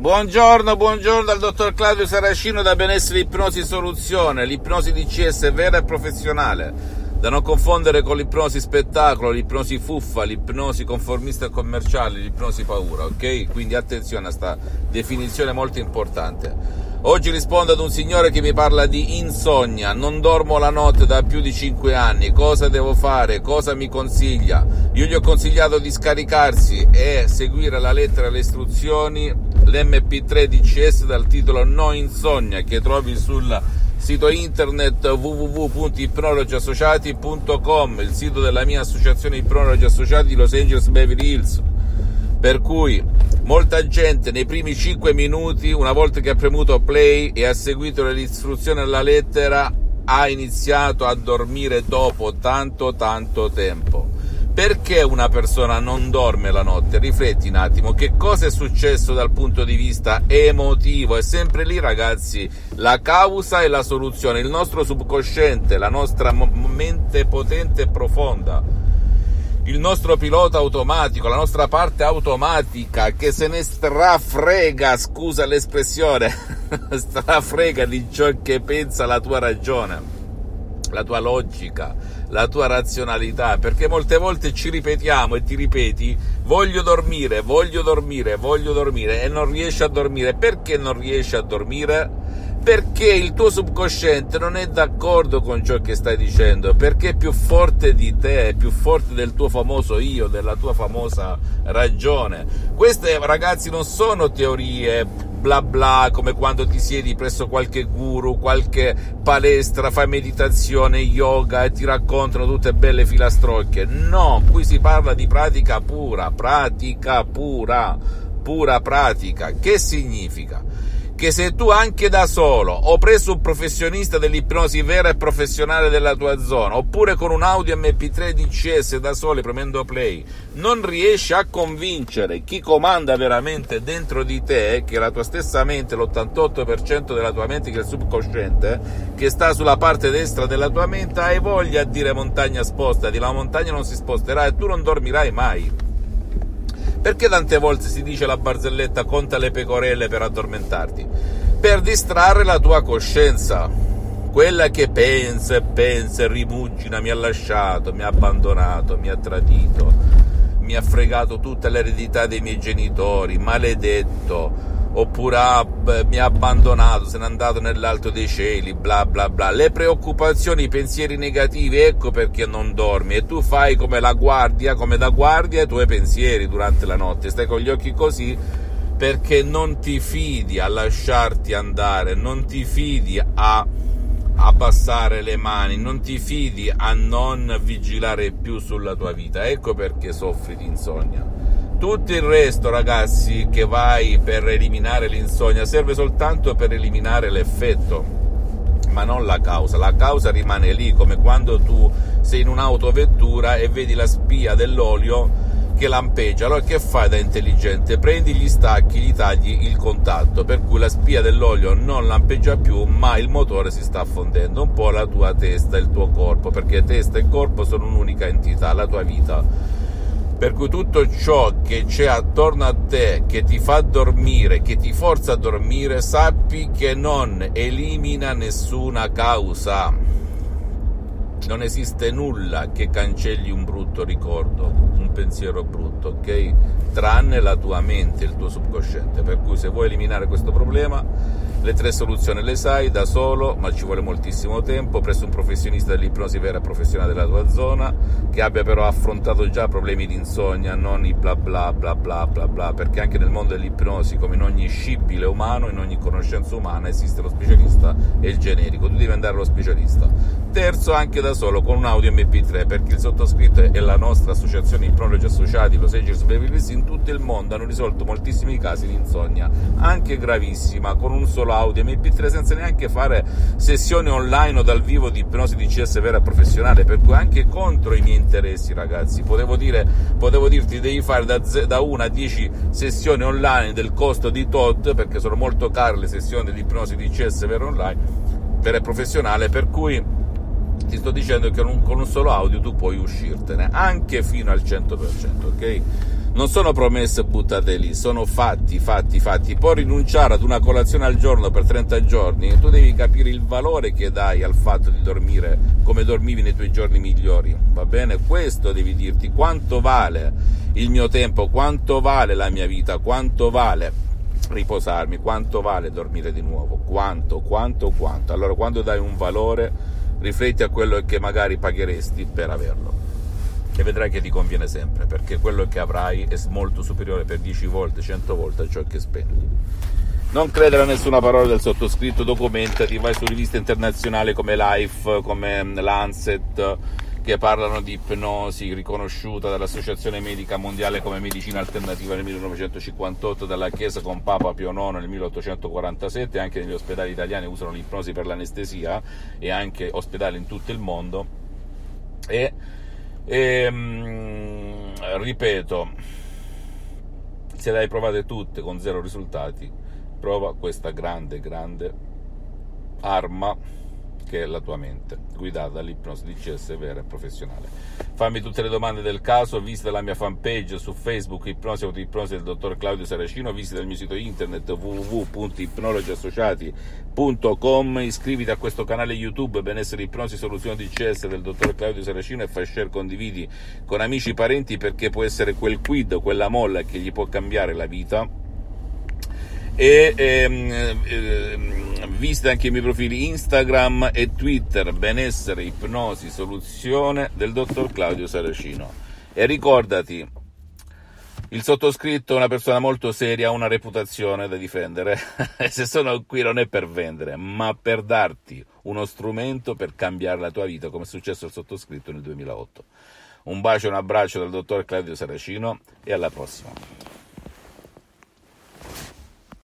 Buongiorno al dottor Claudio Saracino da Benessere Ipnosi Soluzione, l'ipnosi DCS vera e professionale, da non confondere con l'ipnosi spettacolo, l'ipnosi fuffa, l'ipnosi conformista e commerciale, l'ipnosi paura, ok? Quindi attenzione a sta definizione molto importante. Oggi rispondo ad un signore che mi parla di insonnia, non dormo la notte da più di 5 anni, cosa devo fare, cosa mi consiglia? Io gli ho consigliato di scaricarsi e seguire alla lettera le istruzioni, l'MP3 DCS dal titolo No Insonnia, che trovi sul sito internet www.ipnologiassociati.com, il sito della mia associazione Ipnologi Associati di Los Angeles Beverly Hills. Per cui molta gente nei primi 5 minuti, una volta che ha premuto play e ha seguito le istruzioni alla lettera, ha iniziato a dormire dopo tanto tempo. Perché una persona non dorme la notte? Rifletti un attimo, che cosa è successo dal punto di vista emotivo? È sempre lì, ragazzi, la causa e la soluzione, il nostro subconsciente, la nostra mente potente e profonda, il nostro pilota automatico, la nostra parte automatica che se ne strafrega, scusa l'espressione, strafrega di ciò che pensa la tua ragione, la tua logica, la tua razionalità, perché molte volte ci ripetiamo e ti ripeti voglio dormire e non riesci a dormire. Perché non riesci a dormire? Perché il tuo subconsciente non è d'accordo con ciò che stai dicendo, perché è più forte di te, è più forte del tuo famoso io, della tua famosa ragione. Queste, ragazzi, non sono teorie bla bla, come quando ti siedi presso qualche guru, qualche palestra, fai meditazione, yoga e ti raccontano tutte belle filastrocche. No, qui si parla di pratica pura. Che significa? Che se tu anche da solo o preso un professionista dell'ipnosi vera e professionale della tua zona, oppure con un audio MP3 DCS da soli premendo play, non riesci a convincere chi comanda veramente dentro di te, che è la tua stessa mente, l'88% della tua mente, che è il subconsciente, che sta sulla parte destra della tua mente, hai voglia a dire montagna spostati, la montagna non si sposterà e tu non dormirai mai. Perché tante volte si dice la barzelletta conta le pecorelle per addormentarti? Per distrarre la tua coscienza, quella che pensa e rimugina, mi ha lasciato, mi ha abbandonato, mi ha tradito, mi ha fregato tutta l'eredità dei miei genitori, maledetto, oppure mi ha abbandonato, se n'è andato nell'alto dei cieli, bla bla bla. Le preoccupazioni, i pensieri negativi, ecco perché non dormi, e tu fai come da guardia ai tuoi pensieri durante la notte, stai con gli occhi così perché non ti fidi a lasciarti andare, non ti fidi a abbassare le mani, non ti fidi a non vigilare più sulla tua vita. Ecco perché soffri di insonnia. Tutto il resto, ragazzi, che vai per eliminare l'insonnia serve soltanto per eliminare l'effetto, ma non la causa. La causa rimane lì, come quando tu sei in un'autovettura e vedi la spia dell'olio che lampeggia. Allora che fai da intelligente? Prendi gli stacchi, gli tagli il contatto, per cui la spia dell'olio non lampeggia più, ma il motore si sta affondendo. Un po' la tua testa, il tuo corpo, perché testa e corpo sono un'unica entità, la tua vita. Per cui tutto ciò che c'è attorno a te, che ti fa dormire, che ti forza a dormire, sappi che non elimina nessuna causa. Non esiste nulla che cancelli un brutto ricordo, un pensiero brutto, ok? Tranne la tua mente, il tuo subconsciente. Per cui se vuoi eliminare questo problema, le 3 soluzioni le sai da solo, ma ci vuole moltissimo tempo, presso un professionista dell'ipnosi vera e professionale della tua zona, che abbia però affrontato già problemi di insonnia, non i bla bla bla bla bla bla, perché anche nel mondo dell'ipnosi, come in ogni scibile umano, in ogni conoscenza umana, esiste lo specialista e il generico. Tu devi andare allo specialista. Terzo, anche da solo, con un audio MP3, perché il sottoscritto e la nostra associazione Ipnologi Associati Los Angeles Beverly Hills in tutto il mondo hanno risolto moltissimi casi di insonnia, anche gravissima, con un solo audio MP3, senza neanche fare sessioni online o dal vivo di ipnosi DCS vera e professionale. Per cui anche contro i miei interessi, ragazzi, potevo dirti devi fare da 1 a 10 sessioni online del costo di tot, perché sono molto care le sessioni di ipnosi DCS vera e professionale, per cui ti sto dicendo che con un solo audio tu puoi uscirtene anche fino al 100%, ok? Non sono promesse buttate lì, sono fatti. Poi rinunciare ad una colazione al giorno per 30 giorni, tu devi capire il valore che dai al fatto di dormire come dormivi nei tuoi giorni migliori, va bene? Questo devi dirti: quanto vale il mio tempo, quanto vale la mia vita, quanto vale riposarmi, quanto vale dormire di nuovo, quanto. Allora, quando dai un valore, rifletti a quello che magari pagheresti per averlo. E vedrai che ti conviene sempre, perché quello che avrai è molto superiore per 10 volte, 100 volte a ciò che spendi. Non credere a nessuna parola del sottoscritto, documentati, vai su riviste internazionali come Life, come Lancet, che parlano di ipnosi riconosciuta dall'Associazione Medica Mondiale come medicina alternativa nel 1958, dalla Chiesa con Papa Pio IX nel 1847, anche negli ospedali italiani usano l'ipnosi per l'anestesia, e anche ospedali in tutto il mondo. Ripeto, se le hai provate tutte con 0 risultati, prova questa grande arma che è la tua mente, guidata dall'ipnosi DCS vera e professionale. Fammi tutte le domande del caso, visita la mia fanpage su Facebook, Ipnosi del dottor Claudio Saracino, visita il mio sito internet www.ipnologiassociati.com, iscriviti a questo canale YouTube Benessere Ipnosi Soluzione DCS del dottor Claudio Saracino e fai share, condividi con amici e parenti, perché può essere quel quid, quella molla che gli può cambiare la vita. Visita anche i miei profili Instagram e Twitter, Benessere Ipnosi Soluzione del dottor Claudio Saracino. E ricordati, il sottoscritto è una persona molto seria, ha una reputazione da difendere e se sono qui non è per vendere, ma per darti uno strumento per cambiare la tua vita, come è successo al sottoscritto nel 2008. Un bacio e un abbraccio dal dottor Claudio Saracino e alla prossima.